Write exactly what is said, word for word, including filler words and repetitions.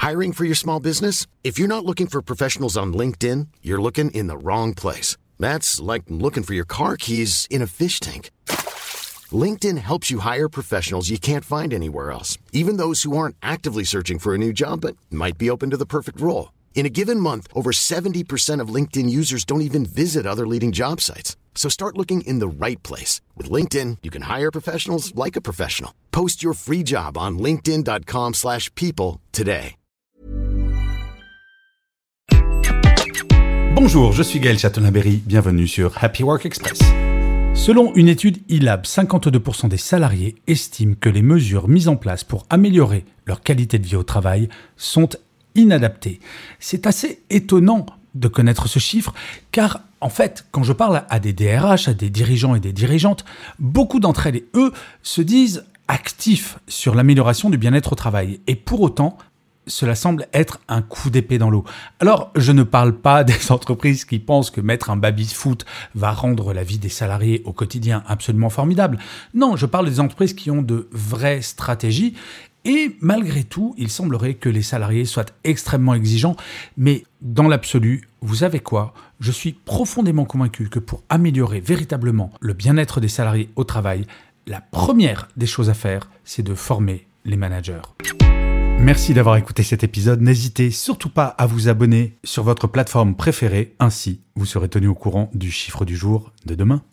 Hiring for your small business? If you're not looking for professionals on LinkedIn, you're looking in the wrong place. That's like looking for your car keys in a fish tank. LinkedIn helps you hire professionals you can't find anywhere else, even those who aren't actively searching for a new job but might be open to the perfect role. In a given month, over seventy percent of LinkedIn users don't even visit other leading job sites. So start looking in the right place. With LinkedIn, you can hire professionals like a professional. Post your free job on linkedin.com slash people today. Bonjour, je suis Gaël Chatonaberry, bienvenue sur Happy Work Express. Selon une étude iLab, cinquante-deux pour cent des salariés estiment que les mesures mises en place pour améliorer leur qualité de vie au travail sont inadaptées. C'est assez étonnant de connaître ce chiffre, car en fait, quand je parle à des D R H, à des dirigeants et des dirigeantes, beaucoup d'entre elles et eux se disent actifs sur l'amélioration du bien-être au travail. Et pour autant, cela semble être un coup d'épée dans l'eau. Alors, je ne parle pas des entreprises qui pensent que mettre un baby-foot va rendre la vie des salariés au quotidien absolument formidable. Non, je parle des entreprises qui ont de vraies stratégies. Et malgré tout, il semblerait que les salariés soient extrêmement exigeants. Mais dans l'absolu, vous savez quoi ? Je suis profondément convaincu que pour améliorer véritablement le bien-être des salariés au travail, la première des choses à faire, c'est de former les managers. Merci d'avoir écouté cet épisode. N'hésitez surtout pas à vous abonner sur votre plateforme préférée. Ainsi, vous serez tenu au courant du chiffre du jour de demain.